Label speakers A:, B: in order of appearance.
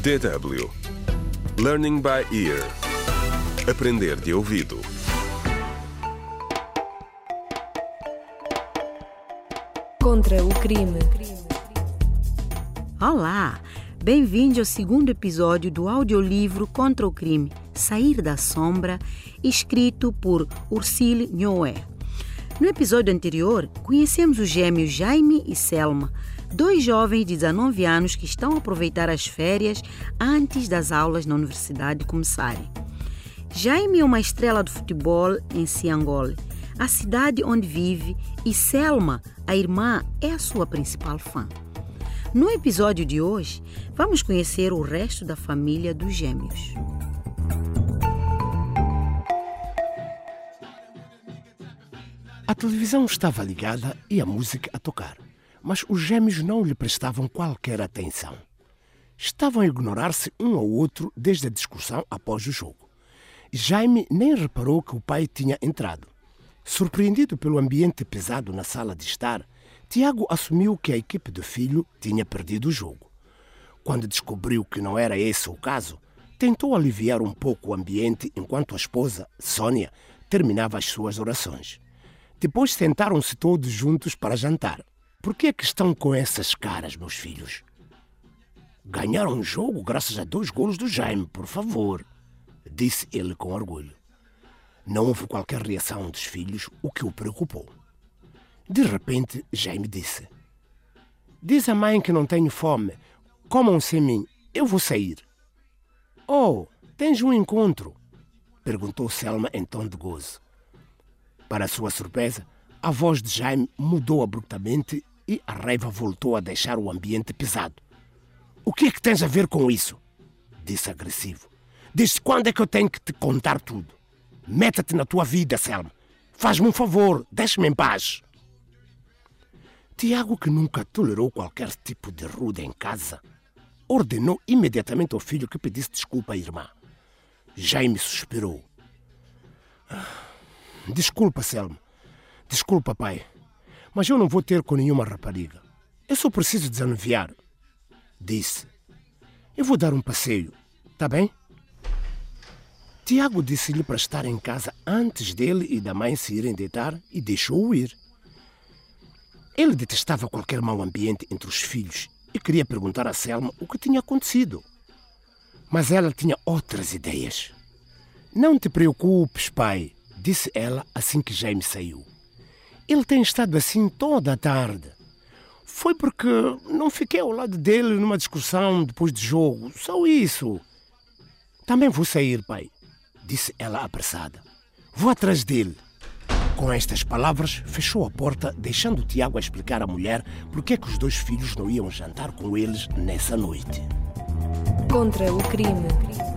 A: DW Learning by Ear. Aprender de ouvido.
B: Contra o crime.
C: Olá! Bem-vindo ao segundo episódio do audiolivro Contra o Crime, Sair da Sombra, escrito por Ursule Nyoé. No episódio anterior, conhecemos os gêmeos Jaime e Selma, dois jovens de 19 anos que estão a aproveitar as férias antes das aulas na universidade começarem. Jaime é uma estrela de futebol em Siangole, a cidade onde vive, e Selma, a irmã, é a sua principal fã. No episódio de hoje, vamos conhecer o resto da família dos gêmeos.
D: A televisão estava ligada e a música a tocar, mas os gêmeos não lhe prestavam qualquer atenção. Estavam a ignorar-se um ao outro desde a discussão após o jogo. Jaime nem reparou que o pai tinha entrado. Surpreendido pelo ambiente pesado na sala de estar, Tiago assumiu que a equipe do filho tinha perdido o jogo. Quando descobriu que não era esse o caso, tentou aliviar um pouco o ambiente enquanto a esposa, Sônia, terminava as suas orações. Depois sentaram-se todos juntos para jantar. Por que é que estão com essas caras, meus filhos? Ganharam um jogo graças a 2 golos do Jaime, por favor, disse ele com orgulho. Não houve qualquer reação dos filhos, o que o preocupou. De repente, Jaime disse: "Diz à mãe que não tenho fome. Comam sem mim. Eu vou sair." "Oh, tens um encontro?" perguntou Selma em tom de gozo. Para sua surpresa, a voz de Jaime mudou abruptamente e a raiva voltou a deixar o ambiente pesado. "O que é que tens a ver com isso?" disse agressivo. "Desde quando é que eu tenho que te contar tudo? Meta-te na tua vida, Selma. Faz-me um favor, deixa-me em paz." Tiago, que nunca tolerou qualquer tipo de rude em casa, ordenou imediatamente ao filho que pedisse desculpa à irmã. Jaime suspirou. "Desculpa, Selma. Desculpa, pai. Mas eu não vou ter com nenhuma rapariga. Eu só preciso desanuviar", disse. "Eu vou dar um passeio, tá bem?" Tiago disse-lhe para estar em casa antes dele e da mãe se irem deitar e deixou-o ir. Ele detestava qualquer mau ambiente entre os filhos e queria perguntar a Selma o que tinha acontecido. Mas ela tinha outras ideias. "Não te preocupes, pai", disse ela assim que Jaime saiu. "Ele tem estado assim toda a tarde. Foi porque não fiquei ao lado dele numa discussão depois do jogo. Só isso." "Também vou sair, pai", disse ela apressada. "Vou atrás dele." Com estas palavras, fechou a porta, deixando Tiago a explicar à mulher porque é que os 2 filhos não iam jantar com eles nessa noite.
B: Contra o crime.